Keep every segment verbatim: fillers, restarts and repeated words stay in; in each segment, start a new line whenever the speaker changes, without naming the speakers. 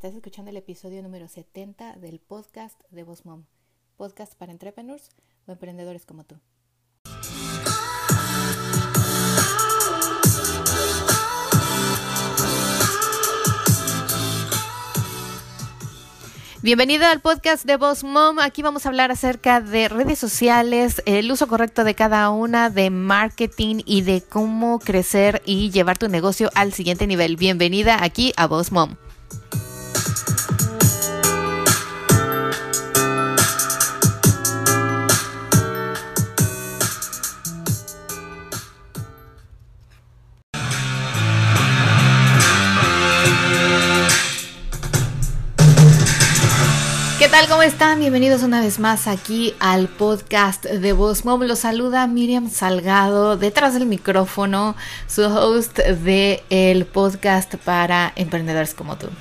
Estás escuchando el episodio número setenta del podcast de Boss Mom, podcast para entrepreneurs o emprendedores como tú. Bienvenida al podcast de Boss Mom. Aquí vamos a hablar acerca de redes sociales, el uso correcto de cada una, de marketing y de cómo crecer y llevar tu negocio al siguiente nivel. Bienvenida aquí a Boss Mom. ¿Qué tal? ¿Cómo están? Bienvenidos una vez más aquí al podcast de Boss Mom. Los saluda Miriam Salgado, detrás del micrófono, su host del podcast para emprendedores como tú.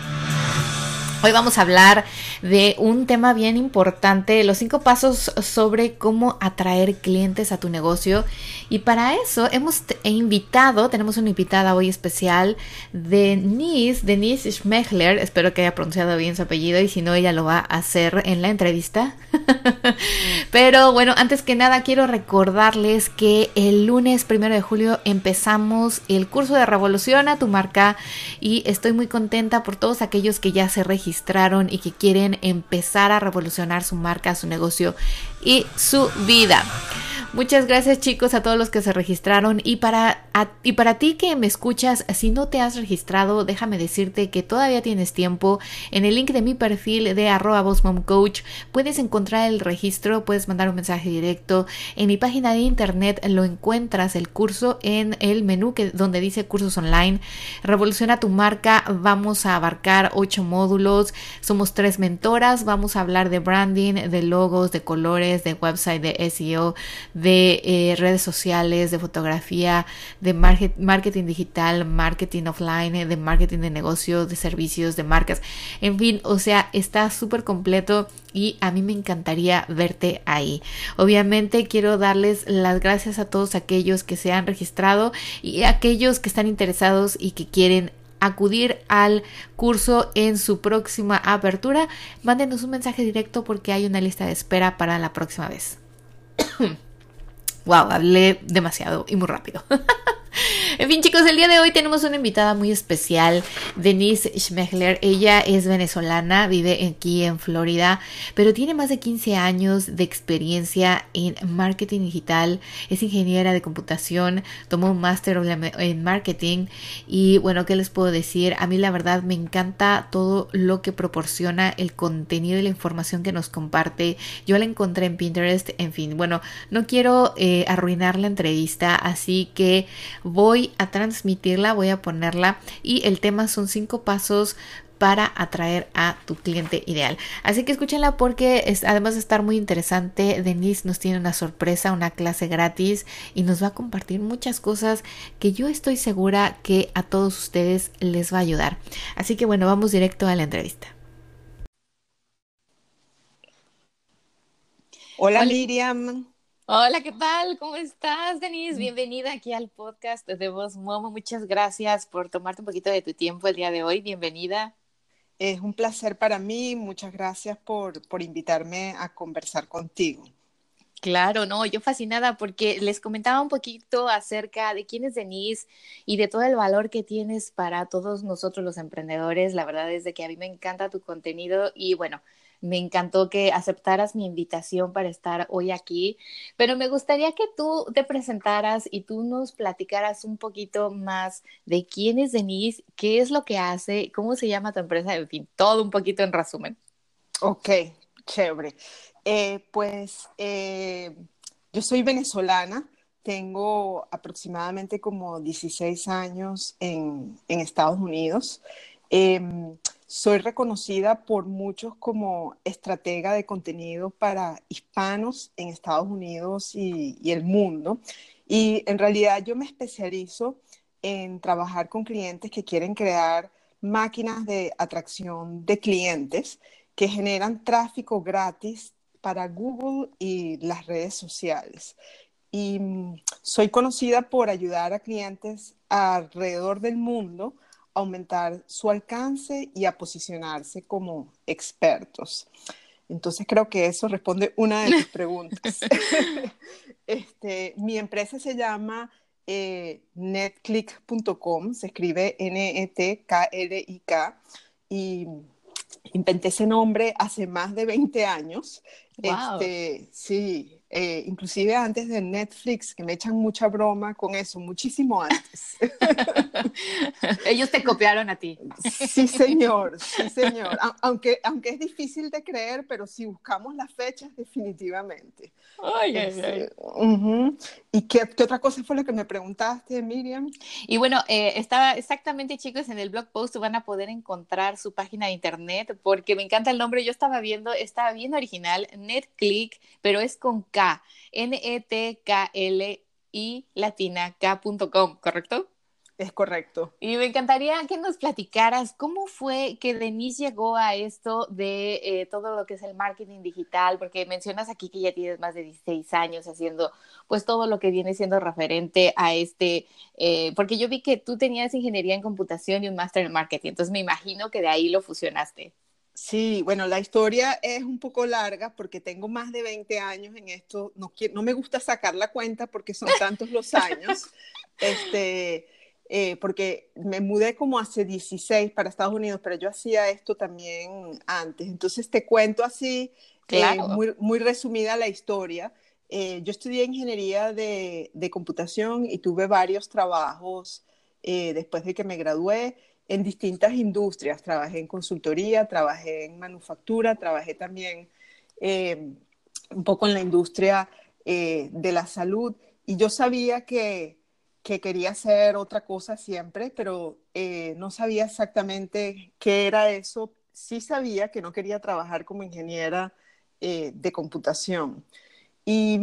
Hoy vamos a hablar de un tema bien importante, los cinco pasos sobre cómo atraer clientes a tu negocio. Y para eso hemos invitado, tenemos una invitada hoy especial, Denise, Denise Schmechler, espero que haya pronunciado bien su apellido y si no ella lo va a hacer en la entrevista. Pero bueno, antes que nada quiero recordarles que el lunes primero de julio empezamos el curso de Revoluciona tu Marca y estoy muy contenta por todos aquellos que ya se registraron y que quieren empezar a revolucionar su marca, su negocio y su vida. Muchas gracias, chicos, a todos los que se registraron y para, a, y para ti que me escuchas, si no te has registrado, déjame decirte que todavía tienes tiempo. En el link de mi perfil de arroba bossmomcoach puedes encontrar el registro, puedes mandar un mensaje directo. En mi página de internet lo encuentras el curso en el menú que, donde dice cursos online. Revoluciona tu marca, vamos a abarcar ocho módulos, somos tres mentoras, vamos a hablar de branding, de logos, de colores, de website, de S E O, de de eh, redes sociales, de fotografía, de market, marketing digital, marketing offline, de marketing de negocios, de servicios, de marcas, en fin, o sea, está súper completo y a mí me encantaría verte ahí. Obviamente quiero darles las gracias a todos aquellos que se han registrado y a aquellos que están interesados y que quieren acudir al curso en su próxima apertura. Mándenos un mensaje directo porque hay una lista de espera para la próxima vez. Wow, hablé demasiado y muy rápido. En fin, chicos, el día de hoy tenemos una invitada muy especial, Denise Schmechler. Ella es venezolana, vive aquí en Florida, pero tiene más de quince años de experiencia en marketing digital. Es ingeniera de computación, tomó un máster en marketing y bueno, ¿qué les puedo decir? A mí la verdad me encanta todo lo que proporciona, el contenido y la información que nos comparte. Yo la encontré en Pinterest, en fin, bueno, no quiero eh, arruinar la entrevista, así que voy a transmitirla, voy a ponerla y el tema son cinco pasos para atraer a tu cliente ideal. Así que escúchenla porque es, además de estar muy interesante, Denise nos tiene una sorpresa, una clase gratis y nos va a compartir muchas cosas que yo estoy segura que a todos ustedes les va a ayudar. Así que bueno, vamos directo a la entrevista.
Hola, Hola. Miriam.
Hola, ¿qué tal? ¿Cómo estás, Denise? Bienvenida aquí al podcast de Boss Mom. Muchas gracias por tomarte un poquito de tu tiempo el día de hoy. Bienvenida.
Es un placer para mí. Muchas gracias por, por invitarme a conversar contigo.
Claro, no, yo fascinada porque les comentaba un poquito acerca de quién es Denise y de todo el valor que tienes para todos nosotros los emprendedores. La verdad es de que a mí me encanta tu contenido y bueno, me encantó que aceptaras mi invitación para estar hoy aquí, pero me gustaría que tú te presentaras y tú nos platicaras un poquito más de quién es Denise, qué es lo que hace, cómo se llama tu empresa, en fin, todo un poquito en resumen.
Ok, chévere. Eh, pues eh, yo soy venezolana, tengo aproximadamente como dieciséis años en, en Estados Unidos. Eh, soy reconocida por muchos como estratega de contenido para hispanos en Estados Unidos y, y el mundo. Y en realidad yo me especializo en trabajar con clientes que quieren crear máquinas de atracción de clientes que generan tráfico gratis para Google y las redes sociales. Y mm, soy conocida por ayudar a clientes alrededor del mundo aumentar su alcance y a posicionarse como expertos. Entonces creo que eso responde una de tus preguntas. este, mi empresa se llama eh, netclick punto com, se escribe N E T K L I K, y inventé ese nombre hace más de veinte años.
Wow.
Este, sí, eh, inclusive antes de Netflix, que me echan mucha broma con eso, muchísimo antes.
Ellos te copiaron a ti.
Sí, señor, sí, señor. A- Aunque, aunque es difícil de creer, pero si buscamos las fechas, definitivamente.
Ay, ay, ay.
Este, ujú. ¿Y qué, qué otra cosa fue lo que me preguntaste, Miriam?
Y bueno, eh, estaba exactamente, chicos, en el blog post van a poder encontrar su página de internet porque me encanta el nombre. Yo estaba viendo, estaba bien original, NetClick, pero es con K, N E T K L I latina K punto com, ¿correcto?
Es correcto.
Y me encantaría que nos platicaras cómo fue que Denise llegó a esto de eh, todo lo que es el marketing digital, porque mencionas aquí que ya tienes más de dieciséis años haciendo pues todo lo que viene siendo referente a este, eh, porque yo vi que tú tenías ingeniería en computación y un máster en marketing, entonces me imagino que de ahí lo fusionaste.
Sí, bueno, la historia es un poco larga porque tengo más de veinte años en esto. No, quiero, no me gusta sacar la cuenta porque son tantos los años. Este, eh, porque me mudé como hace dieciséis para Estados Unidos, pero yo hacía esto también antes. Entonces te cuento así, eh,
Claro.
muy, muy resumida la historia. Eh, yo estudié ingeniería de, de computación y tuve varios trabajos eh, después de que me gradué en distintas industrias. Trabajé en consultoría, trabajé en manufactura, trabajé también eh, un poco en la industria eh, de la salud. Y yo sabía que, que quería hacer otra cosa siempre, pero eh, no sabía exactamente qué era eso. Sí sabía que no quería trabajar como ingeniera eh, de computación. Y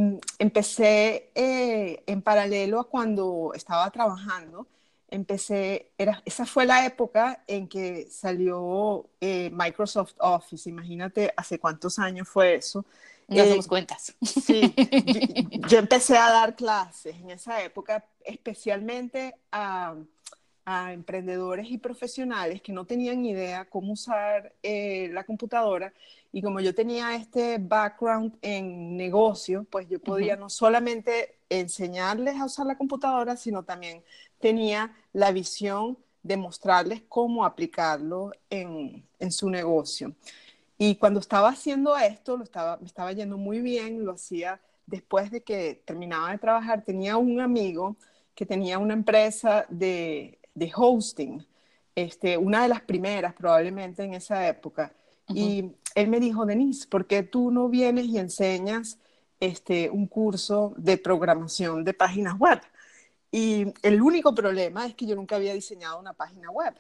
empecé eh, en paralelo a cuando estaba trabajando, empecé, era, esa fue la época en que salió eh, Microsoft Office. Imagínate hace cuántos años fue eso.
No hacemos
Eh,
cuentas.
sí, yo, yo empecé a dar clases en esa época, especialmente a a emprendedores y profesionales que no tenían idea cómo usar eh, la computadora, y como yo tenía este background en negocio, pues yo podía
Ujú.
no solamente enseñarles a usar la computadora, sino también tenía la visión de mostrarles cómo aplicarlo en, en su negocio. Y cuando estaba haciendo esto, lo estaba, me estaba yendo muy bien, lo hacía después de que terminaba de trabajar. Tenía un amigo que tenía una empresa de, de hosting, este, una de las primeras probablemente en esa época.
Ujú.
Y él me dijo: Denise, ¿por qué tú no vienes y enseñas este, un curso de programación de páginas web? Y el único problema es que yo nunca había diseñado una página web.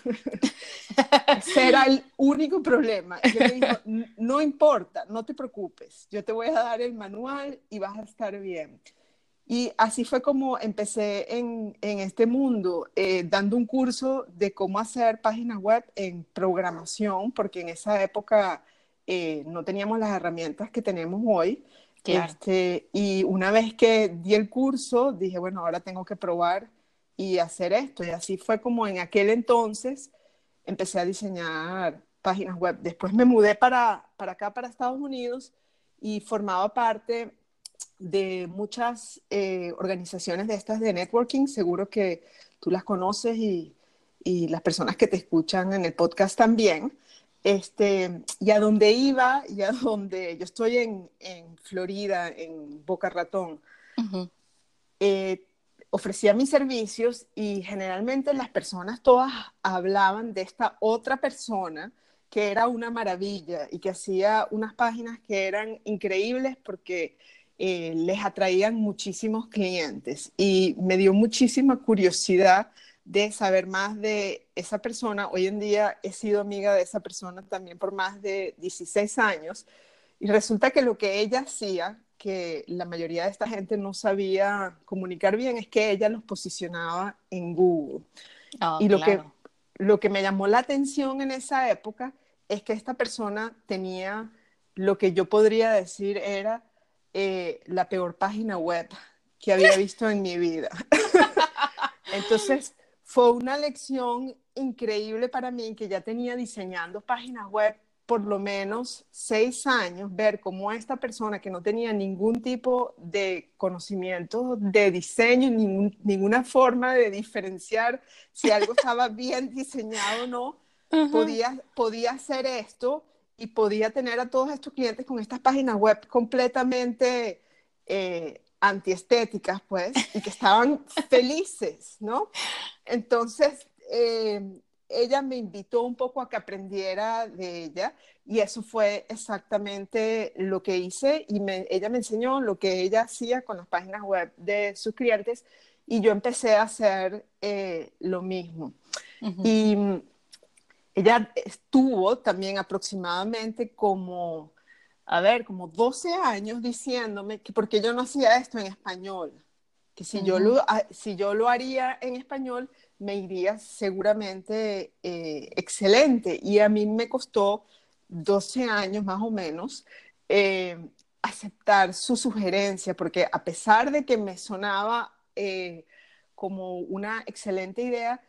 Ese era el único problema. Y él me dijo: no importa, no te preocupes, yo te voy a dar el manual y vas a estar bien. Y así fue como empecé en, en este mundo, eh, dando un curso de cómo hacer páginas web en programación, porque en esa época eh, no teníamos las herramientas que tenemos hoy.
Claro.
Este, y una vez que di el curso, dije, bueno, ahora tengo que probar y hacer esto. Y así fue como en aquel entonces empecé a diseñar páginas web. Después me mudé para, para acá, para Estados Unidos, y formaba parte de muchas eh, organizaciones de estas de networking. Seguro que tú las conoces, y, y las personas que te escuchan en el podcast también. Este, y a donde iba, y a donde yo estoy en, en Florida, en Boca Ratón,
Ujú.
eh, ofrecía mis servicios, y generalmente las personas todas hablaban de esta otra persona que era una maravilla y que hacía unas páginas que eran increíbles porque eh, les atraían muchísimos clientes, y me dio muchísima curiosidad de saber más de esa persona. Hoy en día he sido amiga de esa persona también por más de dieciséis años, y resulta que lo que ella hacía, que la mayoría de esta gente no sabía comunicar bien, es que ella los posicionaba en Google.
Oh,
Y lo que,
claro.
lo que me llamó la atención en esa época es que esta persona tenía lo que yo podría decir era eh, la peor página web que había visto en mi vida. Entonces fue una lección increíble para mí, que ya tenía diseñando páginas web por lo menos seis años, ver cómo esta persona que no tenía ningún tipo de conocimiento de diseño, ningún, ninguna forma de diferenciar si algo estaba bien diseñado o no,
Ujú.
podía, podía hacer esto y podía tener a todos estos clientes con estas páginas web completamente eh, antiestéticas, pues, y que estaban felices, ¿no? Entonces, eh, ella me invitó un poco a que aprendiera de ella, y eso fue exactamente lo que hice, y me, ella me enseñó lo que ella hacía con las páginas web de sus clientes, y yo empecé a hacer eh, lo mismo.
Ujú.
Y mm, ella estuvo también aproximadamente como, a ver, como doce años diciéndome que por qué yo no hacía esto en español, que si yo
Ujú.
lo, si yo lo haría en español me iría seguramente eh, excelente. Y a mí me costó doce años más o menos eh, aceptar su sugerencia, porque a pesar de que me sonaba eh, como una excelente idea,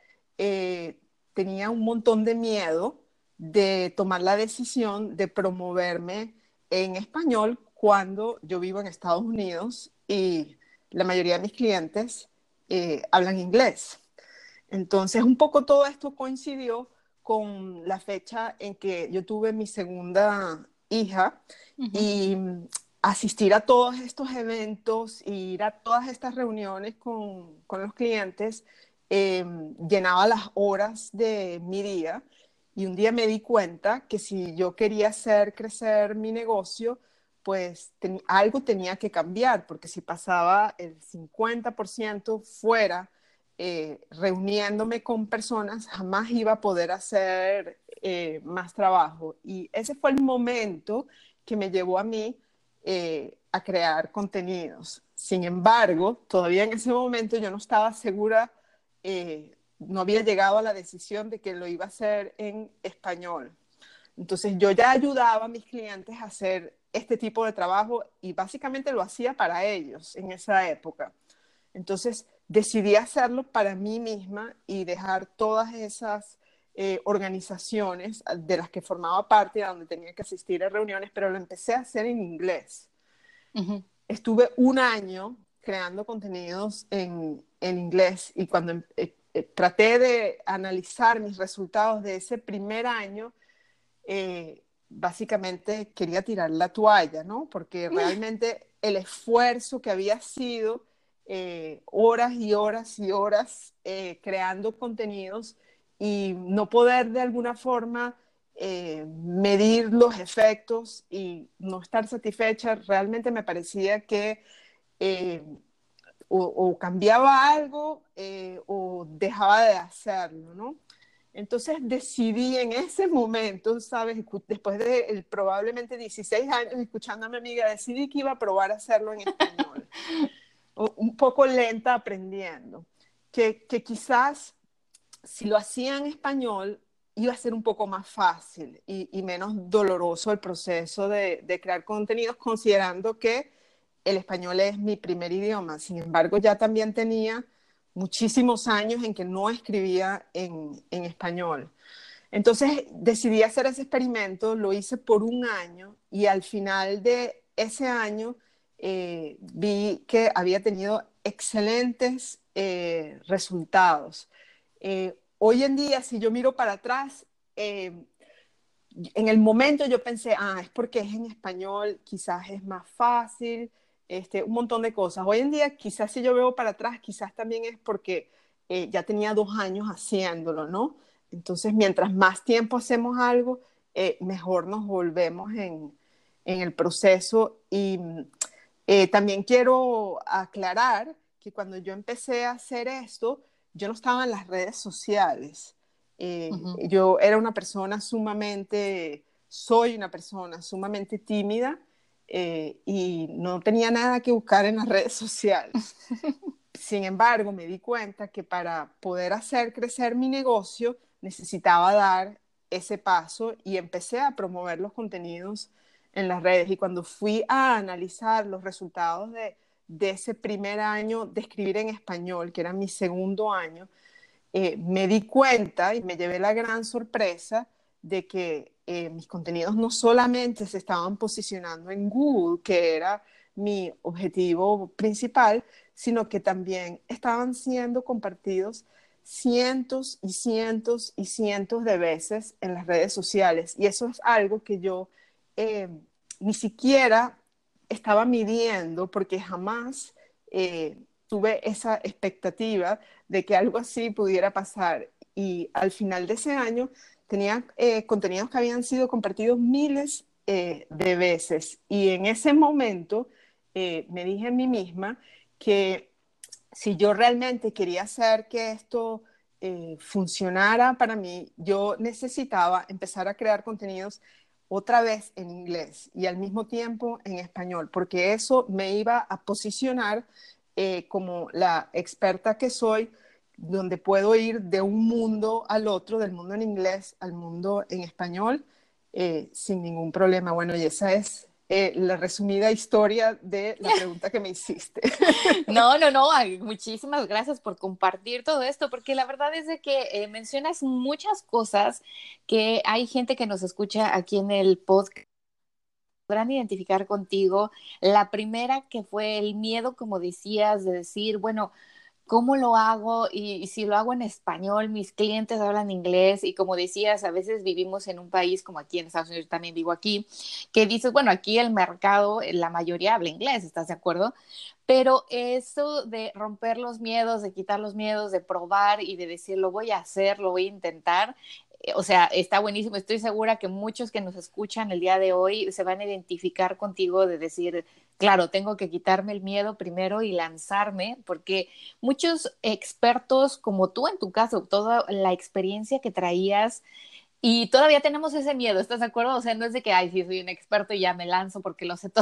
eh, tenía un montón de miedo de tomar la decisión de promoverme en español cuando yo vivo en Estados Unidos y la mayoría de mis clientes eh, hablan inglés. Entonces, un poco todo esto coincidió con la fecha en que yo tuve mi segunda hija,
Ujú.
y asistir a todos estos eventos, ir a todas estas reuniones con, con los clientes, eh, llenaba las horas de mi día. Y un día me di cuenta que si yo quería hacer crecer mi negocio, pues ten, algo tenía que cambiar, porque si pasaba el cincuenta por ciento fuera eh, reuniéndome con personas, jamás iba a poder hacer eh, más trabajo. Y ese fue el momento que me llevó a mí eh, a crear contenidos. Sin embargo, todavía en ese momento yo no estaba segura, eh, no había llegado a la decisión de que lo iba a hacer en español. Entonces yo ya ayudaba a mis clientes a hacer este tipo de trabajo, y básicamente lo hacía para ellos en esa época. Entonces decidí hacerlo para mí misma y dejar todas esas eh, organizaciones de las que formaba parte, a donde tenía que asistir a reuniones, pero lo empecé a hacer en inglés.
Ujú.
Estuve un año creando contenidos en, en inglés, y cuando eh, eh, traté de analizar mis resultados de ese primer año, eh, básicamente quería tirar la toalla, ¿no? Porque realmente el esfuerzo que había sido eh, horas y horas y horas eh, creando contenidos, y no poder de alguna forma eh, medir los efectos y no estar satisfecha, realmente me parecía que eh, o, o, cambiaba algo eh, o dejaba de hacerlo, ¿no? Entonces decidí en ese momento, ¿sabes? Después de el, probablemente dieciséis años escuchando a mi amiga, decidí que iba a probar a hacerlo en español. Un poco lenta aprendiendo. Que, que quizás si lo hacía en español iba a ser un poco más fácil y, y menos doloroso el proceso de, de crear contenidos, considerando que el español es mi primer idioma. Sin embargo, ya también tenía muchísimos años en que no escribía en, en español. Entonces decidí hacer ese experimento, lo hice por un año, y al final de ese año eh, vi que había tenido excelentes eh, resultados. Eh, hoy en día, si yo miro para atrás, eh, en el momento yo pensé, ah, es porque es en español, quizás es más fácil, este, un montón de cosas. Hoy en día, quizás si yo veo para atrás, quizás también es porque eh, ya tenía dos años haciéndolo, ¿no? Entonces, mientras más tiempo hacemos algo, eh, mejor nos volvemos en, en el proceso. Y eh, también quiero aclarar que cuando yo empecé a hacer esto, yo no estaba en las redes sociales. Eh,
Ujú.
yo era una persona sumamente, soy una persona sumamente tímida, eh, y no tenía nada que buscar en las redes sociales. Sin embargo, me di cuenta que para poder hacer crecer mi negocio necesitaba dar ese paso, y empecé a promover los contenidos en las redes. Y cuando fui a analizar los resultados de, de ese primer año de escribir en español, que era mi segundo año, eh, me di cuenta y me llevé la gran sorpresa de que eh, mis contenidos no solamente se estaban posicionando en Google, que era mi objetivo principal, sino que también estaban siendo compartidos cientos y cientos y cientos de veces en las redes sociales. Y eso es algo que yo eh, ni siquiera estaba midiendo porque jamás eh, tuve esa expectativa de que algo así pudiera pasar. Y al final de ese año tenía eh, contenidos que habían sido compartidos miles eh, de veces. Y en ese momento eh, me dije a mí misma que si yo realmente quería hacer que esto eh, funcionara para mí, yo necesitaba empezar a crear contenidos otra vez en inglés y al mismo tiempo en español, porque eso me iba a posicionar eh, como la experta que soy, donde puedo ir de un mundo al otro, del mundo en inglés al mundo en español, eh, sin ningún problema. Bueno, y esa es eh, la resumida historia de la pregunta que me hiciste.
No, no, no, ay, muchísimas gracias por compartir todo esto, porque la verdad es de que eh, mencionas muchas cosas que hay gente que nos escucha aquí en el podcast podrán identificar contigo. La primera que fue el miedo, como decías, de decir, bueno, ¿cómo lo hago? Y, y si lo hago en español, mis clientes hablan inglés y como decías, a veces vivimos en un país como aquí en Estados Unidos, también vivo aquí, que dices, bueno, aquí el mercado, la mayoría habla inglés, ¿estás de acuerdo? Pero eso de romper los miedos, de quitar los miedos, de probar y de decir, lo voy a hacer, lo voy a intentar, eh, o sea, está buenísimo. Estoy segura que muchos que nos escuchan el día de hoy se van a identificar contigo de decir, claro, tengo que quitarme el miedo primero y lanzarme, porque muchos expertos, como tú en tu caso, toda la experiencia que traías, y todavía tenemos ese miedo, ¿estás de acuerdo? O sea, no es de que, ay, sí, soy un experto y ya me lanzo porque lo sé todo.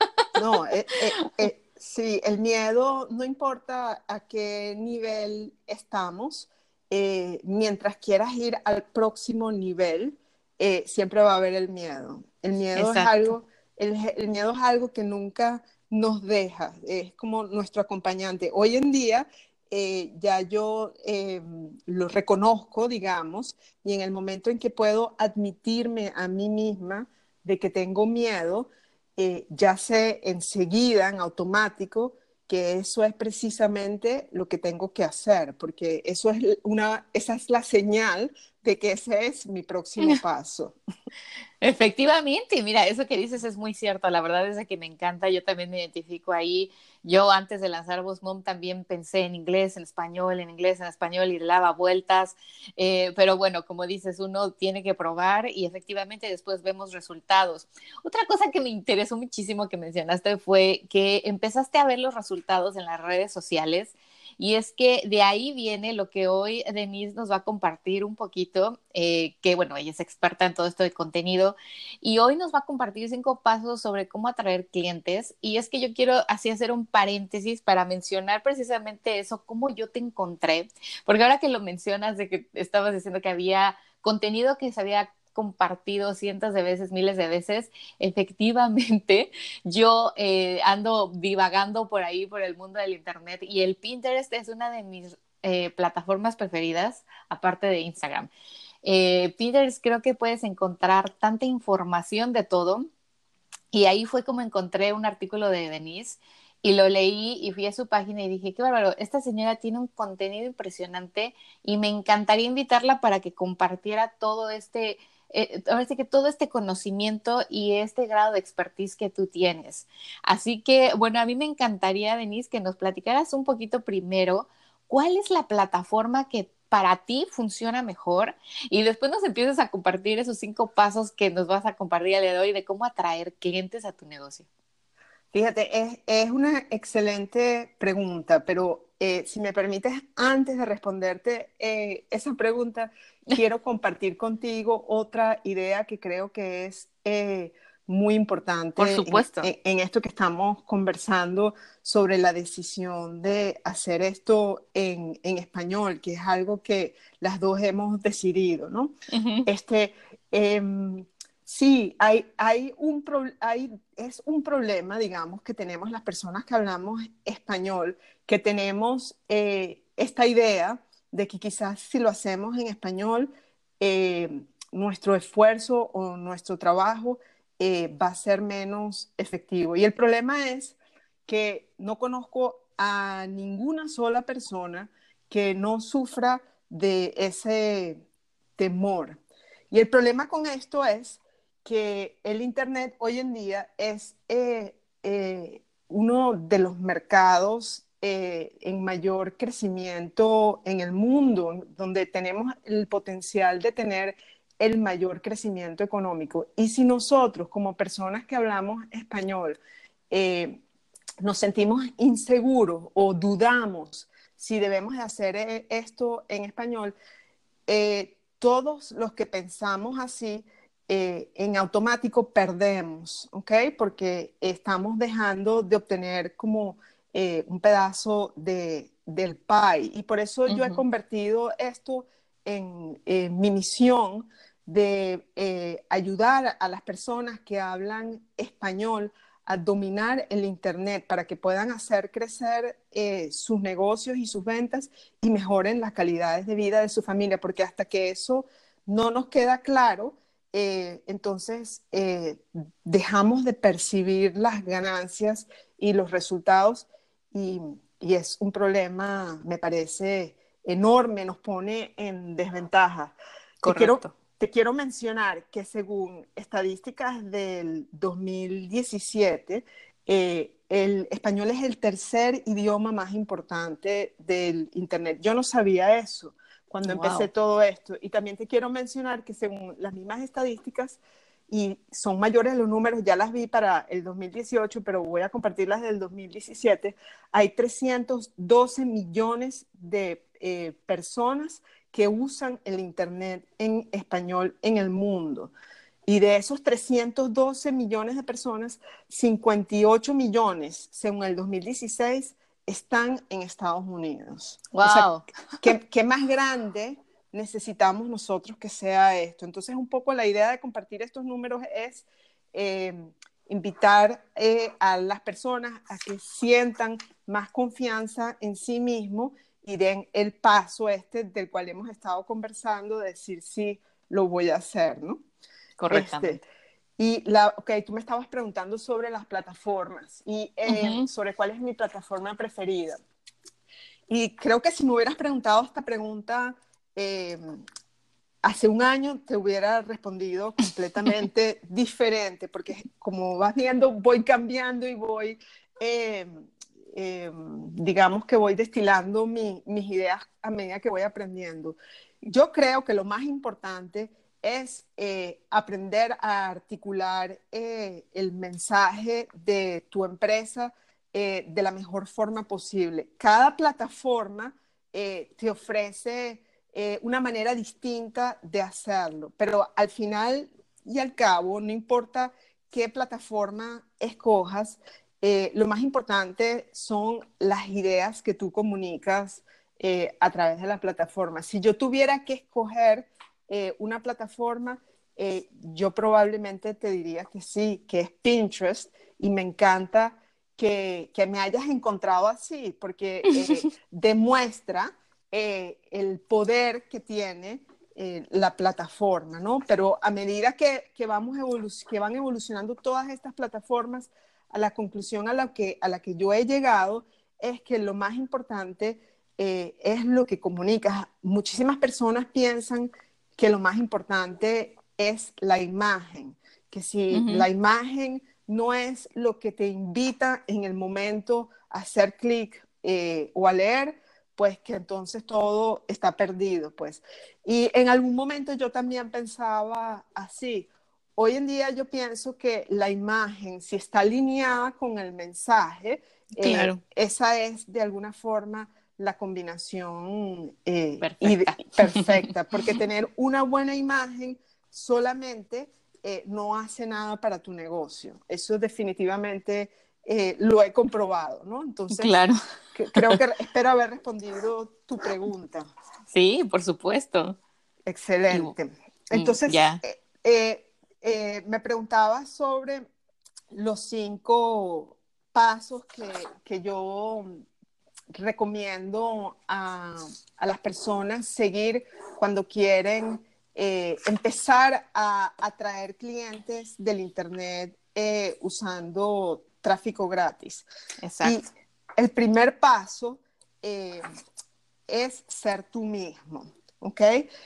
No, eh, eh, eh, sí, el miedo no importa a qué nivel estamos, eh, mientras quieras ir al próximo nivel, eh, siempre va a haber el miedo. El miedo es
Exacto.
algo, el, el miedo es algo que nunca nos deja, es como nuestro acompañante. Hoy en día eh, ya yo eh, lo reconozco, digamos, y en el momento en que puedo admitirme a mí misma de que tengo miedo, eh, ya sé enseguida, en automático, que eso es precisamente lo que tengo que hacer, porque eso es una, esa es la señal de que ese es mi próximo paso.
Efectivamente, mira, eso que dices es muy cierto, la verdad es de que me encanta, yo también me identifico ahí, yo antes de lanzar Boss Mom también pensé en inglés, en español, en inglés, en español y le daba vueltas, eh, pero bueno, como dices, uno tiene que probar y efectivamente después vemos resultados. Otra cosa que me interesó muchísimo que mencionaste fue que empezaste a ver los resultados en las redes sociales. Y es que de ahí viene lo que hoy Denise nos va a compartir un poquito, eh, que bueno, ella es experta en todo esto de contenido y hoy nos va a compartir cinco pasos sobre cómo atraer clientes. Y es que yo quiero así hacer un paréntesis para mencionar precisamente eso, cómo yo te encontré, porque ahora que lo mencionas de que estabas diciendo que había contenido que se había compartido cientos de veces, miles de veces, efectivamente, yo eh, ando divagando por ahí, por el mundo del Internet y el Pinterest es una de mis eh, plataformas preferidas, aparte de Instagram. Eh, Pinterest creo que puedes encontrar tanta información de todo y ahí fue como encontré un artículo de Denise y lo leí y fui a su página y dije, qué bárbaro, esta señora tiene un contenido impresionante y me encantaría invitarla para que compartiera todo este, eh, ahora sí que todo este conocimiento y este grado de expertise que tú tienes. Así que, bueno, a mí me encantaría, Denise, que nos platicaras un poquito primero cuál es la plataforma que para ti funciona mejor y después nos empiezas a compartir esos cinco pasos que nos vas a compartir el día de hoy de cómo atraer clientes a tu negocio.
Fíjate, es, es una excelente pregunta, pero eh, si me permites, antes de responderte eh, esa pregunta, quiero compartir contigo otra idea que creo que es eh, muy
Por
importante en,
supuesto.
en- en esto que estamos conversando sobre la decisión de hacer esto en, en español, que es algo que las dos hemos decidido, ¿no?
Uh -huh.
Este, em, Sí, hay, hay un pro, hay, es un problema, digamos, que tenemos las personas que hablamos español, que tenemos eh, esta idea de que quizás si lo hacemos en español, eh, nuestro esfuerzo o nuestro trabajo eh, va a ser menos efectivo. Y el problema es que no conozco a ninguna sola persona que no sufra de ese temor. Y el problema con esto es que el Internet hoy en día es eh, eh, uno de los mercados eh, en mayor crecimiento en el mundo, donde tenemos el potencial de tener el mayor crecimiento económico. Y si nosotros, como personas que hablamos español, eh, nos sentimos inseguros o dudamos si debemos de hacer eh, esto en español, eh, todos los que pensamos así, eh, en automático perdemos, ¿ok? Porque estamos dejando de obtener como eh, un pedazo de, del pie. Y por eso yo he
Ujú.
convertido esto en eh, mi misión de eh, ayudar a las personas que hablan español a dominar el Internet para que puedan hacer crecer eh, sus negocios y sus ventas y mejoren las calidades de vida de su familia, porque hasta que eso no nos queda claro, eh, entonces eh, dejamos de percibir las ganancias y los resultados y, y es un problema, me parece, enorme, nos pone en desventaja. Te quiero,
Correcto.
te quiero mencionar que según estadísticas del dos mil diecisiete, eh, el español es el tercer idioma más importante del Internet. Yo no sabía eso cuando empecé
Wow.
todo esto. Y también te quiero mencionar que según las mismas estadísticas, y son mayores los números, ya las vi para el dos mil dieciocho, pero voy a compartirlas del dos mil diecisiete, hay trescientos doce millones de eh, personas que usan el Internet en español en el mundo. Y de esos trescientos doce millones de personas, cincuenta y ocho millones, según el dos mil dieciséis, están en Estados Unidos. O sea,
Wow.
¿qué, qué más grande necesitamos nosotros que sea esto? Entonces, un poco la idea de compartir estos números es eh, invitar eh, a las personas a que sientan más confianza en sí mismos y den el paso este del cual hemos estado conversando, de decir sí, lo voy a hacer, ¿no? Este,
Correctamente.
y la, ok, tú me estabas preguntando sobre las plataformas y eh,
Ujú.
sobre cuál es mi plataforma preferida. Y creo que si me hubieras preguntado esta pregunta eh, hace un año, te hubiera respondido completamente diferente, porque como vas viendo, voy cambiando y voy, eh, eh, digamos que voy destilando mi, mis ideas a medida que voy aprendiendo. Yo creo que lo más importante es eh, aprender a articular eh, el mensaje de tu empresa eh, de la mejor forma posible. Cada plataforma eh, te ofrece eh, una manera distinta de hacerlo, pero al final y al cabo, no importa qué plataforma escojas, eh, lo más importante son las ideas que tú comunicas eh, a través de la plataforma. Si yo tuviera que escoger eh, una plataforma, eh, yo probablemente te diría que sí, que es Pinterest, y me encanta que, que me hayas encontrado así, porque eh, demuestra eh, el poder que tiene eh, la plataforma, ¿no? Pero a medida que, que, vamos evolu- que van evolucionando todas estas plataformas, a la conclusión a la que, a la que yo he llegado es que lo más importante eh, es lo que comunicas. Muchísimas personas piensan que lo más importante es la imagen, que si
Ujú.
la imagen no es lo que te invita en el momento a hacer clic eh, o a leer, pues que entonces todo está perdido, pues. Y en algún momento yo también pensaba así. Hoy en día yo pienso que la imagen, si está alineada con el mensaje, eh,
Claro.
esa es de alguna forma la combinación eh, ide-
Perfecta.
perfecta, porque tener una buena imagen solamente eh, no hace nada para tu negocio. Eso definitivamente eh, lo he comprobado, ¿no? Entonces,
Claro.
que- creo que espero haber respondido tu pregunta.
Sí, por supuesto. Y
Excelente.
mm,
Entonces,
ya.
eh, eh, eh, me preguntaba sobre los cinco pasos que, que yo recomiendo a, a las personas seguir cuando quieren eh, empezar a atraer clientes del Internet eh, usando tráfico gratis. Y
Exacto.
el primer paso eh, es ser tú mismo, ¿ok?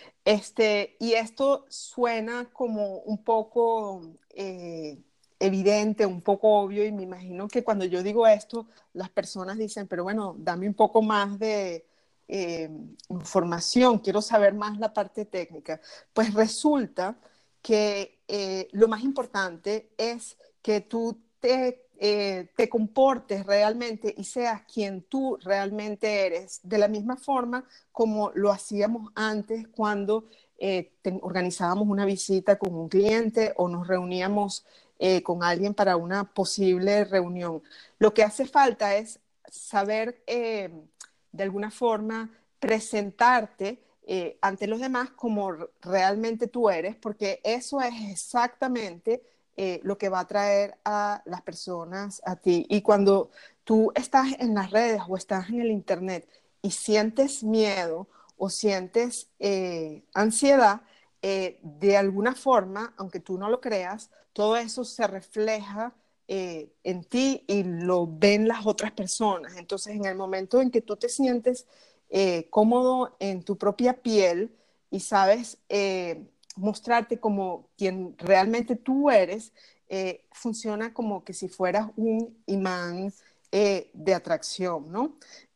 Este, y esto suena como un poco eh, evidente, un poco obvio, y me imagino que cuando yo digo esto, las personas dicen, pero bueno, dame un poco más de eh, información, quiero saber más la parte técnica. Pues resulta que eh, lo más importante es que tú te, eh, te comportes realmente y seas quien tú realmente eres, de la misma forma como lo hacíamos antes cuando eh, te, organizábamos una visita con un cliente o nos reuníamos eh, con alguien para una posible reunión. Lo que hace falta es saber eh, de alguna forma presentarte eh, ante los demás como realmente tú eres, porque eso es exactamente eh, lo que va a traer a las personas a ti. Y cuando tú estás en las redes o estás en el Internet y sientes miedo o sientes eh, ansiedad, eh, de alguna forma, aunque tú no lo creas, todo eso se refleja eh, en ti y lo ven las otras personas. Entonces, en el momento en que tú te sientes eh, cómodo en tu propia piel y sabes eh, mostrarte como quien realmente tú eres, eh, funciona como que si fueras un imán eh, de atracción, ¿no?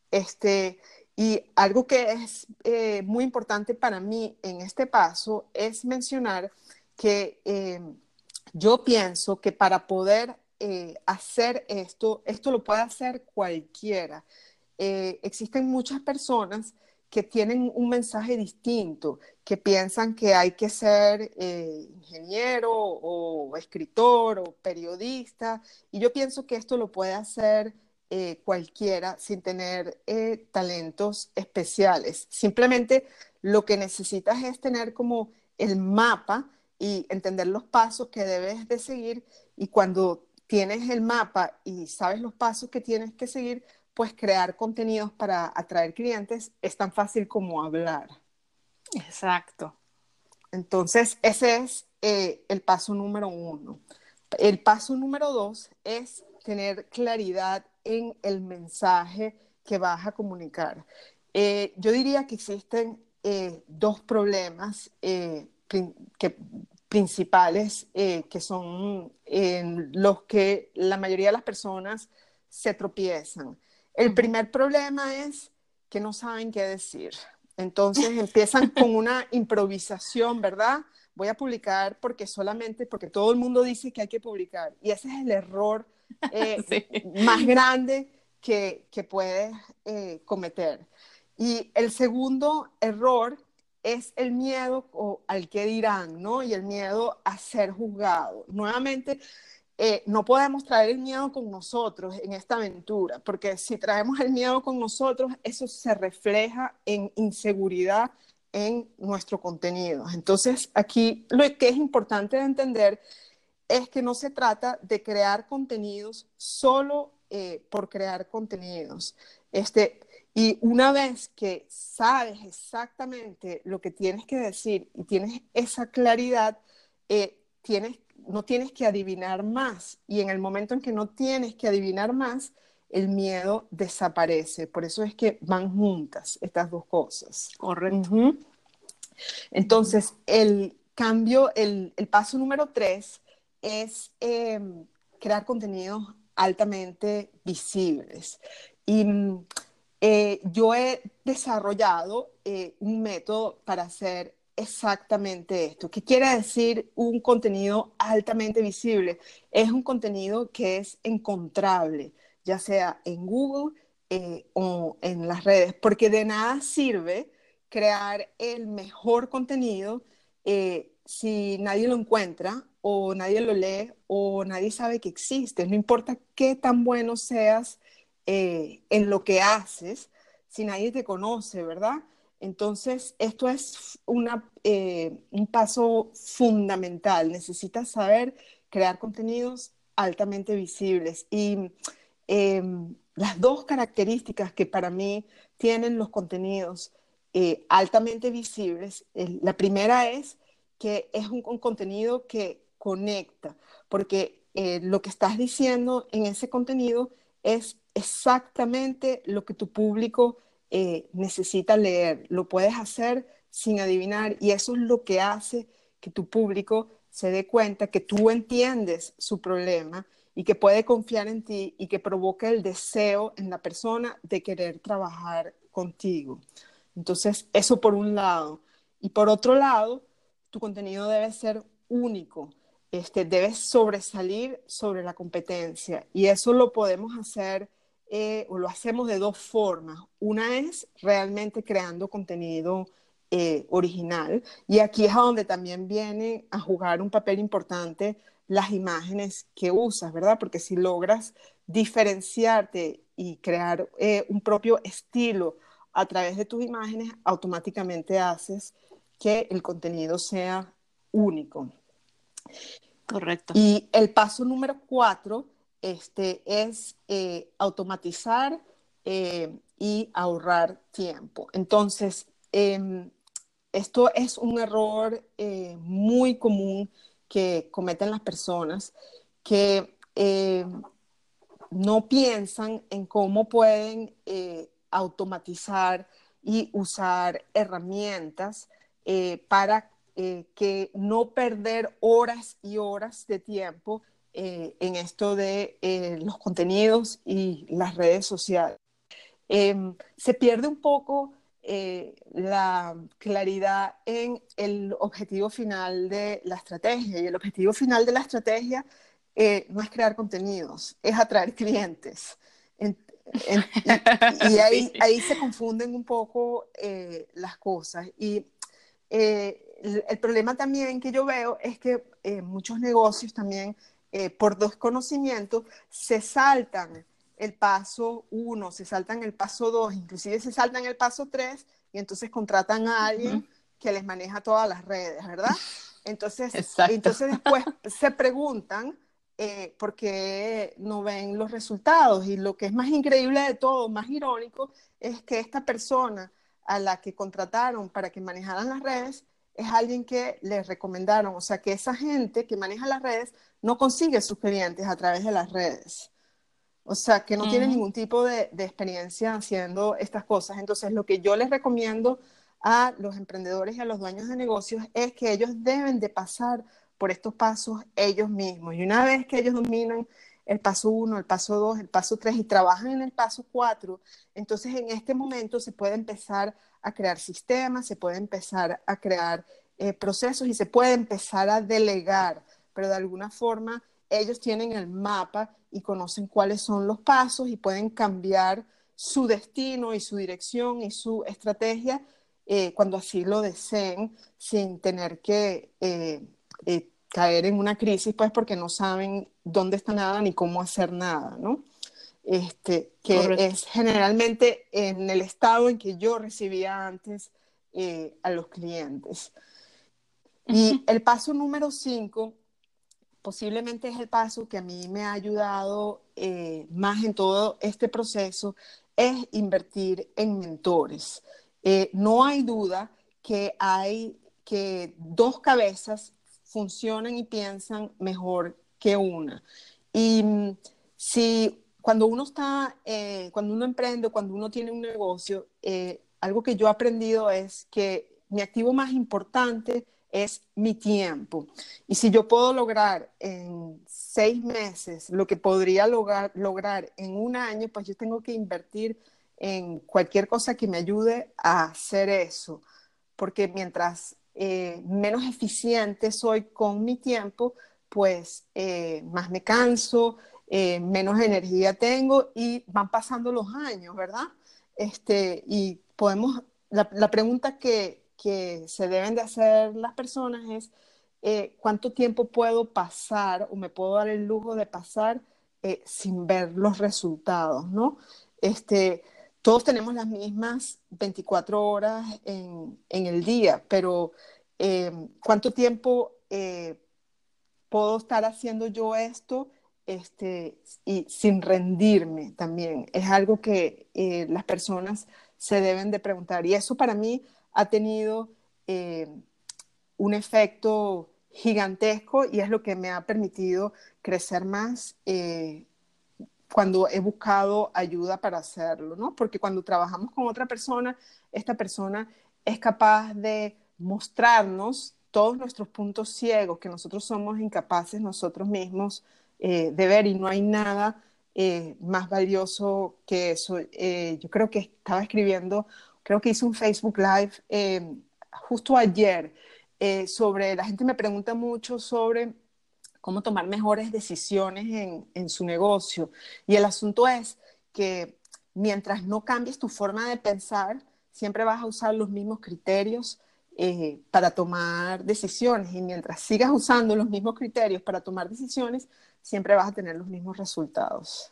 Este, y algo que es eh, muy importante para mí en este paso es mencionar que eh, yo pienso que para poder eh, hacer esto, esto lo puede hacer cualquiera. Eh, existen muchas personas que tienen un mensaje distinto, que piensan que hay que ser eh, ingeniero o escritor o periodista, y yo pienso que esto lo puede hacer eh, cualquiera sin tener eh, talentos especiales. Simplemente lo que necesitas es tener como el mapa y entender los pasos que debes de seguir, y cuando tienes el mapa y sabes los pasos que tienes que seguir, pues crear contenidos para atraer clientes es tan fácil como hablar.
Exacto.
Entonces, ese es eh, el paso número uno. El paso número dos es tener claridad en el mensaje que vas a comunicar. Eh, yo diría que existen eh, dos problemas eh, prin que, principales eh, que son en los que la mayoría de las personas se tropiezan. El
Ujú.
primer problema es que no saben qué decir. Entonces empiezan con una improvisación, ¿verdad? Voy a publicar porque solamente, porque todo el mundo dice que hay que publicar. Y ese es el error eh,
Sí.
más grande que, que puedes eh, cometer. Y el segundo error es el miedo o, al que dirán, ¿no? Y el miedo a ser juzgado. Nuevamente, eh, no podemos traer el miedo con nosotros en esta aventura, porque si traemos el miedo con nosotros, eso se refleja en inseguridad en nuestro contenido. Entonces, aquí lo que es importante de entender es que no se trata de crear contenidos solo eh, por crear contenidos. Este, y una vez que sabes exactamente lo que tienes que decir y tienes esa claridad, eh, tienes, no tienes que adivinar más. Y en el momento en que no tienes que adivinar más, el miedo desaparece. Por eso es que van juntas estas dos cosas.
Correcto.
Uh-huh.
Ujú.
Entonces, el cambio, el, el paso número tres es eh, crear contenidos altamente visibles. Y eh, yo he desarrollado eh, un método para hacer exactamente esto. ¿Qué quiere decir un contenido altamente visible? Es un contenido que es encontrable, ya sea en Google eh, o en las redes, porque de nada sirve crear el mejor contenido eh, si nadie lo encuentra o nadie lo lee o nadie sabe que existe. No importa qué tan bueno seas eh, en lo que haces, si nadie te conoce, ¿verdad? Entonces, esto es una, eh, un paso fundamental. Necesitas saber crear contenidos altamente visibles. Y eh, las dos características que para mí tienen los contenidos eh, altamente visibles, el, la primera es que es un, un contenido que conecta, porque eh, lo que estás diciendo en ese contenido es exactamente lo que tu público eh, necesita leer. Lo puedes hacer sin adivinar y eso es lo que hace que tu público se dé cuenta que tú entiendes su problema y que puede confiar en ti y que provoca el deseo en la persona de querer trabajar contigo. Entonces, eso por un lado. Y por otro lado, tu contenido debe ser único. Este, debes sobresalir sobre la competencia. Y eso lo podemos hacer eh, o lo hacemos de dos formas. Una es realmente creando contenido eh, original. Y aquí es a donde también viene a jugar un papel importante las imágenes que usas, ¿verdad? Porque si logras diferenciarte y crear eh, un propio estilo a través de tus imágenes, automáticamente haces que el contenido sea único.
Correcto.
Y el paso número cuatro este, es eh, automatizar eh, y ahorrar tiempo. Entonces, eh, esto es un error eh, muy común que cometen las personas que eh, no piensan en cómo pueden eh, automatizar y usar herramientas eh, para eh, que no perder horas y horas de tiempo eh, en esto de eh, los contenidos y las redes sociales. Eh, se pierde un poco eh, la claridad en el objetivo final de la estrategia. Y el objetivo final de la estrategia eh, no es crear contenidos, es atraer clientes. En, en, y y
Sí.
ahí, ahí se confunden un poco eh, las cosas. Y eh, el, el, problema también que yo veo es que eh, muchos negocios también, eh, por desconocimiento, se saltan el paso uno, se saltan el paso dos, inclusive se saltan el paso tres y entonces contratan a alguien
Uh-huh.
que les maneja todas las redes, ¿verdad? Entonces,
Exacto.
entonces después se preguntan eh, por qué no ven los resultados. Y lo que es más increíble de todo, más irónico, es que esta persona a la que contrataron para que manejaran las redes es alguien que les recomendaron. O sea, que esa gente que maneja las redes no consigue sus clientes a través de las redes. O sea, que no tiene
Uh-huh.
ningún tipo de, de experiencia haciendo estas cosas. Entonces, lo que yo les recomiendo a los emprendedores y a los dueños de negocios es que ellos deben de pasar por estos pasos ellos mismos. Y una vez que ellos dominan el paso uno, el paso dos, el paso tres y trabajan en el paso cuatro, entonces en este momento se puede empezar a crear sistemas, se puede empezar a crear eh, procesos y se puede empezar a delegar, pero de alguna forma ellos tienen el mapa y conocen cuáles son los pasos y pueden cambiar su destino y su dirección y su estrategia eh, cuando así lo deseen, sin tener que eh, eh, caer en una crisis, pues porque no saben dónde está nada ni cómo hacer nada, ¿no? Este, que
Correcto.
es generalmente en el estado en que yo recibía antes eh, a los clientes.
Uh-huh.
Y el paso número cinco posiblemente es el paso que a mí me ha ayudado eh, más en todo este proceso, es invertir en mentores. Eh, no hay duda que hay que dos cabezas funcionan y piensan mejor que una. Y mm, si cuando uno está, eh, cuando uno emprende, cuando uno tiene un negocio, eh, algo que yo he aprendido es que mi activo más importante es mi tiempo. Y si yo puedo lograr en seis meses lo que podría lograr, lograr en un año, pues yo tengo que invertir en cualquier cosa que me ayude a hacer eso. Porque mientras eh, menos eficiente soy con mi tiempo, pues eh, más me canso, eh, menos energía tengo y van pasando los años, ¿verdad? Este, y podemos, la, la pregunta que, que se deben de hacer las personas es eh, cuánto tiempo puedo pasar o me puedo dar el lujo de pasar eh, sin ver los resultados, ¿no? Este, todos tenemos las mismas veinticuatro horas en, en el día, pero eh, ¿cuánto tiempo eh, puedo estar haciendo yo esto este, y sin rendirme también. Es algo que eh, las personas se deben de preguntar. Y eso para mí ha tenido eh, un efecto gigantesco y es lo que me ha permitido crecer más eh, cuando he buscado ayuda para hacerlo, ¿no? Porque cuando trabajamos con otra persona, esta persona es capaz de mostrarnos todos nuestros puntos ciegos que nosotros somos incapaces nosotros mismos eh, de ver, y no hay nada eh, más valioso que eso. Eh, yo creo que estaba escribiendo, creo que hice un Facebook Live eh, justo ayer eh, sobre, la gente me pregunta mucho sobre cómo tomar mejores decisiones en, en su negocio. Y el asunto es que mientras no cambies tu forma de pensar, siempre vas a usar los mismos criterios eh, para tomar decisiones. Y mientras sigas usando los mismos criterios para tomar decisiones, siempre vas a tener los mismos resultados.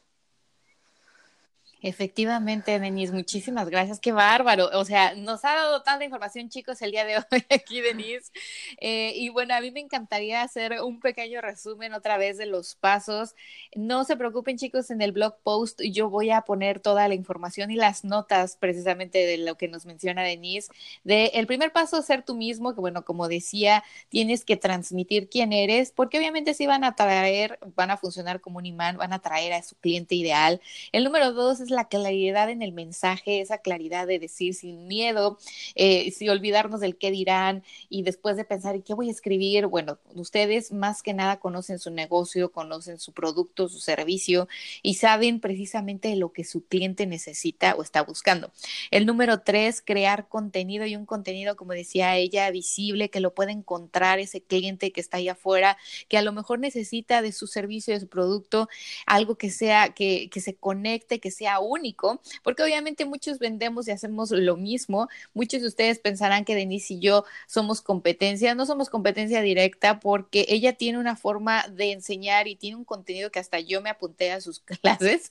Efectivamente, Denise, muchísimas gracias. Qué bárbaro. O sea, nos ha dado tanta información, chicos, el día de hoy aquí, Denise. Eh, y bueno, a mí me encantaría hacer un pequeño resumen otra vez de los pasos. No se preocupen, chicos, en el blog post yo voy a poner toda la información y las notas precisamente de lo que nos menciona Denise. De el primer paso, ser tú mismo, que bueno, como decía, tienes que transmitir quién eres, porque obviamente sí van a atraer, van a funcionar como un imán, van a atraer a su cliente ideal. El número dos es la claridad en el mensaje, esa claridad de decir sin miedo, eh, sin olvidarnos del qué dirán y después de pensar, ¿y qué voy a escribir? Bueno, ustedes más que nada conocen su negocio, conocen su producto, su servicio y saben precisamente lo que su cliente necesita o está buscando. El número tres, crear contenido y un contenido, como decía ella, visible, que lo pueda encontrar ese cliente que está allá afuera, que a lo mejor necesita de su servicio, de su producto, algo que sea, que, que se conecte, que sea único, porque obviamente muchos vendemos y hacemos lo mismo. Muchos de ustedes pensarán que Denise y yo somos competencia, no somos competencia directa porque ella tiene una forma de enseñar y tiene un contenido que hasta yo me apunté a sus clases.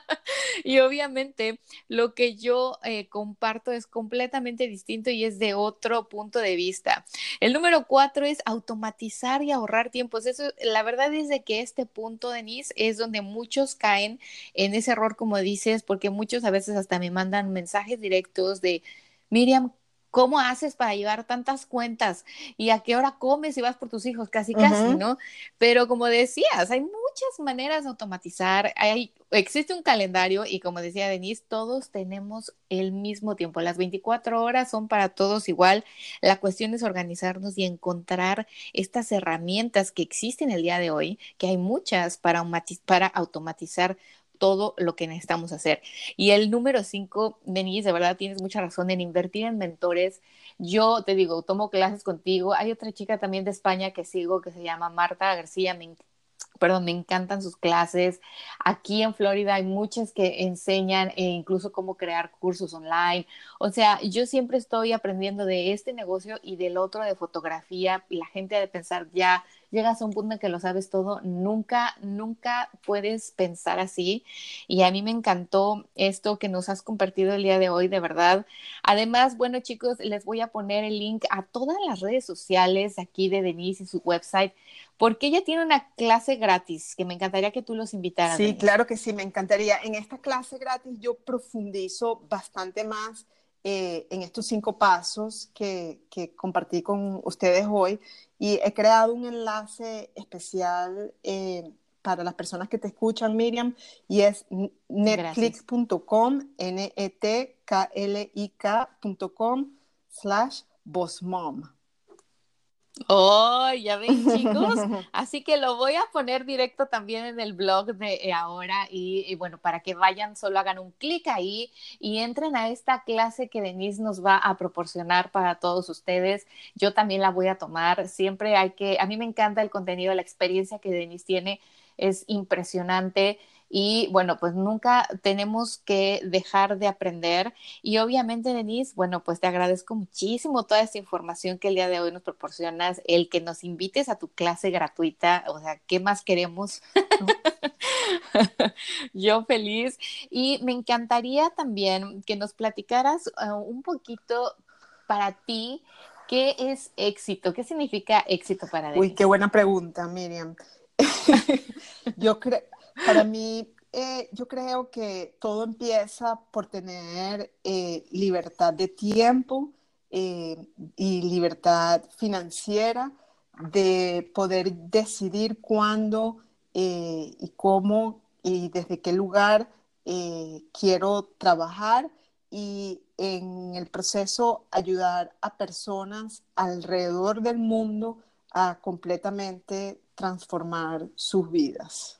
Y obviamente lo que yo eh, comparto es completamente distinto y es de otro punto de vista. El número cuatro es automatizar y ahorrar tiempos. Eso, la verdad es de que este punto, Denise, es donde muchos caen en ese error, como dices, porque muchos a veces hasta me mandan mensajes directos de, Miriam, ¿cómo haces para llevar tantas cuentas? ¿Y a qué hora comes y vas por tus hijos? Casi, casi,
Uh-huh.
¿no? Pero como decías, hay muchas maneras de automatizar. Hay, existe un calendario y como decía Denise, todos tenemos el mismo tiempo. Las veinticuatro horas son para todos igual. La cuestión es organizarnos y encontrar estas herramientas que existen el día de hoy, que hay muchas para, para automatizar todo lo que necesitamos hacer. Y el número cinco, Denise, de verdad tienes mucha razón en invertir en mentores. Yo te digo, tomo clases contigo. Hay otra chica también de España que sigo que se llama Marta García. Me perdón, me encantan sus clases. Aquí en Florida hay muchas que enseñan e incluso cómo crear cursos online. O sea, yo siempre estoy aprendiendo de este negocio y del otro de fotografía. La gente ha de pensar, ya llegas a un punto en que lo sabes todo. Nunca, nunca puedes pensar así. Y a mí me encantó esto que nos has compartido el día de hoy, de verdad. Además, bueno, chicos, les voy a poner el link a todas las redes sociales aquí de Denise y su website porque ella tiene una clase gratis que me encantaría que tú los invitaras,
Sí,
Denise.
claro que sí, me encantaría. En esta clase gratis yo profundizo bastante más eh, en estos cinco pasos que, que compartí con ustedes hoy y he creado un enlace especial eh, para las personas que te escuchan, Miriam, y es
Gracias.
netclick punto com, N E T K L I K punto com slash bossmom.
Oh, ya ven, chicos. Así que lo voy a poner directo también en el blog de eh, ahora y, y bueno, para que vayan, solo hagan un clic ahí y entren a esta clase que Denise nos va a proporcionar para todos ustedes. Yo también la voy a tomar. Siempre hay que, a mí me encanta el contenido, la experiencia que Denise tiene es impresionante. Y bueno, pues nunca tenemos que dejar de aprender. Y obviamente, Denise, bueno, pues te agradezco muchísimo toda esta información que el día de hoy nos proporcionas, el que nos invites a tu clase gratuita, o sea, ¿qué más queremos? Yo feliz. Y me encantaría también que nos platicaras uh, un poquito para ti, ¿qué es éxito? ¿Qué significa éxito para
Uy, qué
Denise?
buena pregunta, Miriam. Yo creo, para mí, eh, yo creo que todo empieza por tener eh, libertad de tiempo eh, y libertad financiera de poder decidir cuándo eh, y cómo y desde qué lugar eh, quiero trabajar y en el proceso ayudar a personas alrededor del mundo a completamente transformar sus vidas.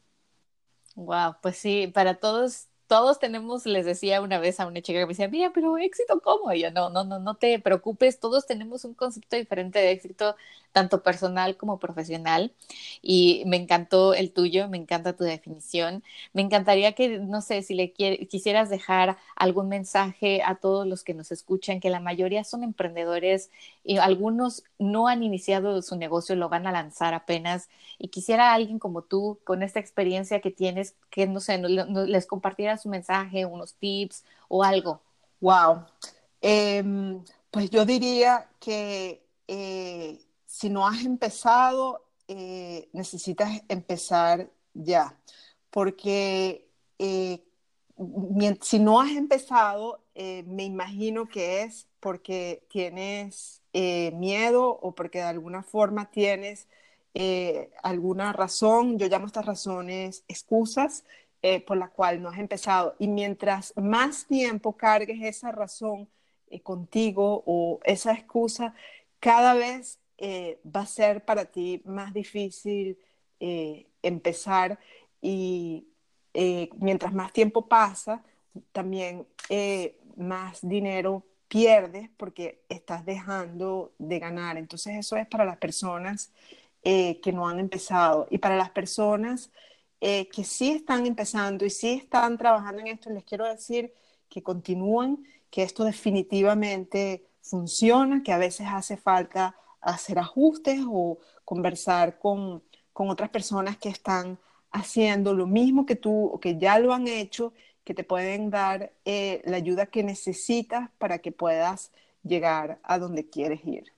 Wow, pues sí, para todos, todos tenemos, les decía una vez a una chica que me decía, mira, pero éxito, ¿cómo? Y yo, no, no, no, no te preocupes, todos tenemos un concepto diferente de éxito, tanto personal como profesional, y me encantó el tuyo, me encanta tu definición. Me encantaría que, no sé, si le quiere, quisieras dejar algún mensaje a todos los que nos escuchan, que la mayoría son emprendedores y algunos no han iniciado su negocio, lo van a lanzar apenas, y quisiera alguien como tú, con esta experiencia que tienes, que no sé, no, no, les compartiera su mensaje, unos tips o algo.
Wow. Eh, pues yo diría que eh, si no has empezado, eh, necesitas empezar ya, porque eh, si no has empezado, eh, me imagino que es porque tienes eh, miedo o porque de alguna forma tienes eh, alguna razón. Yo llamo estas razones excusas eh, por la cual no has empezado. Y mientras más tiempo cargues esa razón eh, contigo o esa excusa, cada vez eh, va a ser para ti más difícil eh, empezar y eh, mientras más tiempo pasa, también eh, más dinero pierdes porque estás dejando de ganar. Entonces eso es para las personas eh, que no han empezado. Y para las personas eh, que sí están empezando y sí están trabajando en esto, les quiero decir que continúen, que esto definitivamente funciona, que a veces hace falta hacer ajustes o conversar con, con otras personas que están haciendo lo mismo que tú o que ya lo han hecho, que te pueden dar eh, la ayuda que necesitas para que puedas llegar a donde quieres ir.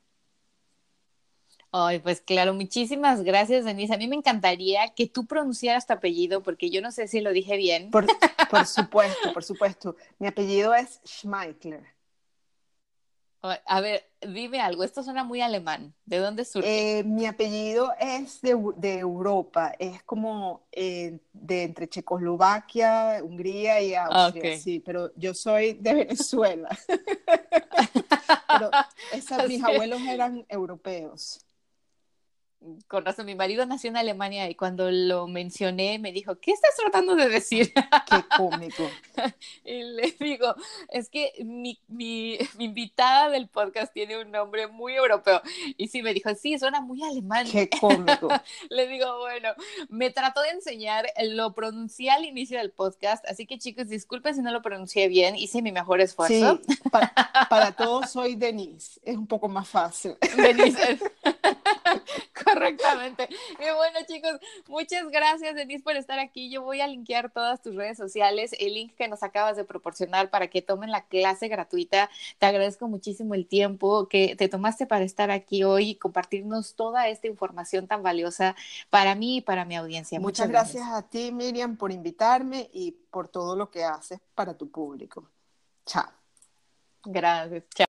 Ay, pues claro, muchísimas gracias, Denise. A mí me encantaría que tú pronunciaras tu apellido, porque yo no sé si lo dije bien.
Por, por supuesto, por supuesto. Mi apellido es Schmeichler.
A ver, dime algo, esto suena muy alemán. ¿De dónde surge?
Eh, mi apellido es de, de Europa, es como eh, de entre Checoslovaquia, Hungría y Austria,
Okay.
sí, pero yo soy de Venezuela. Pero esa, mis
Sí.
abuelos eran europeos.
Con razón, mi marido nació en Alemania y cuando lo mencioné me dijo, ¿qué estás tratando de decir?
Qué cómico.
Y le digo, es que mi, mi, mi invitada del podcast tiene un nombre muy europeo. Y sí, me dijo, sí, suena muy alemán.
Qué cómico.
Le digo, bueno, me trató de enseñar, lo pronuncié al inicio del podcast, así que chicos, disculpen si no lo pronuncié bien, hice mi mejor esfuerzo.
Sí, para, para todos soy Denise, es un poco más fácil.
Denise. Correctamente. Y bueno, chicos, muchas gracias, Denise, por estar aquí. Yo voy a linkear todas tus redes sociales, el link que nos acabas de proporcionar para que tomen la clase gratuita. Te agradezco muchísimo el tiempo que te tomaste para estar aquí hoy y compartirnos toda esta información tan valiosa para mí y para mi audiencia.
Muchas,
Muchas
gracias.
gracias
a ti, Miriam, por invitarme y por todo lo que haces para tu público. Chao.
Gracias. Chao.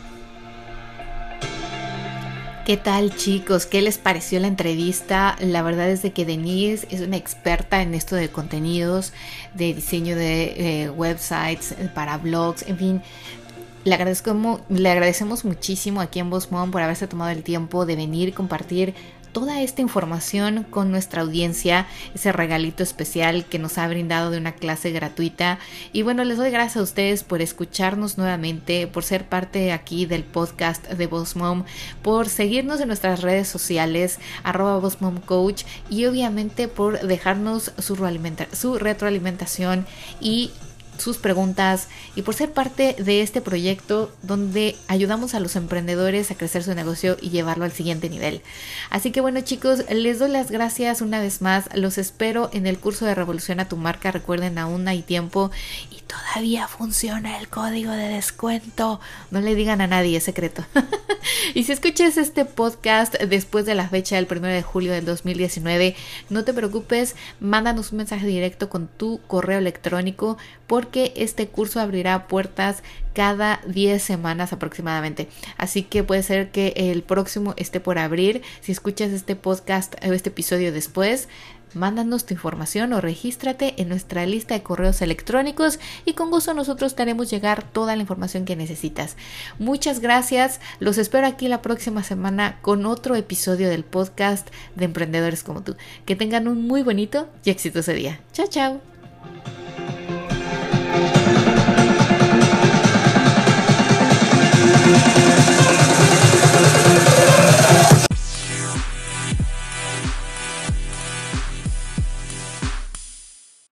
¿Qué tal, chicos? ¿Qué les pareció la entrevista? La verdad es de que Denise es una experta en esto de contenidos, de diseño de eh, websites, para blogs, en fin. Le agradecemos, le agradecemos muchísimo aquí en Boss Mom por haberse tomado el tiempo de venir y compartir toda esta información con nuestra audiencia, ese regalito especial que nos ha brindado de una clase gratuita. Y bueno, les doy gracias a ustedes por escucharnos nuevamente, por ser parte aquí del podcast de Boss Mom, por seguirnos en nuestras redes sociales, arroba Boss Mom Coach, y obviamente por dejarnos su, su retroalimentación y sus preguntas, y por ser parte de este proyecto donde ayudamos a los emprendedores a crecer su negocio y llevarlo al siguiente nivel. Así que bueno, chicos, les doy las gracias una vez más. Los espero en el curso de Revoluciona tu Marca. Recuerden, aún hay tiempo y todavía funciona el código de descuento. No le digan a nadie, es secreto. Y si escuchas este podcast después de la fecha del primero de julio del dos mil diecinueve, no te preocupes, mándanos un mensaje directo con tu correo electrónico, porque este curso abrirá puertas cada diez semanas aproximadamente. Así que puede ser que el próximo esté por abrir. Si escuchas este podcast o este episodio después, mándanos tu información o regístrate en nuestra lista de correos electrónicos y con gusto nosotros te haremos llegar toda la información que necesitas. Muchas gracias. Los espero aquí la próxima semana con otro episodio del podcast de Emprendedores como tú. Que tengan un muy bonito y exitoso día. Chao, chao.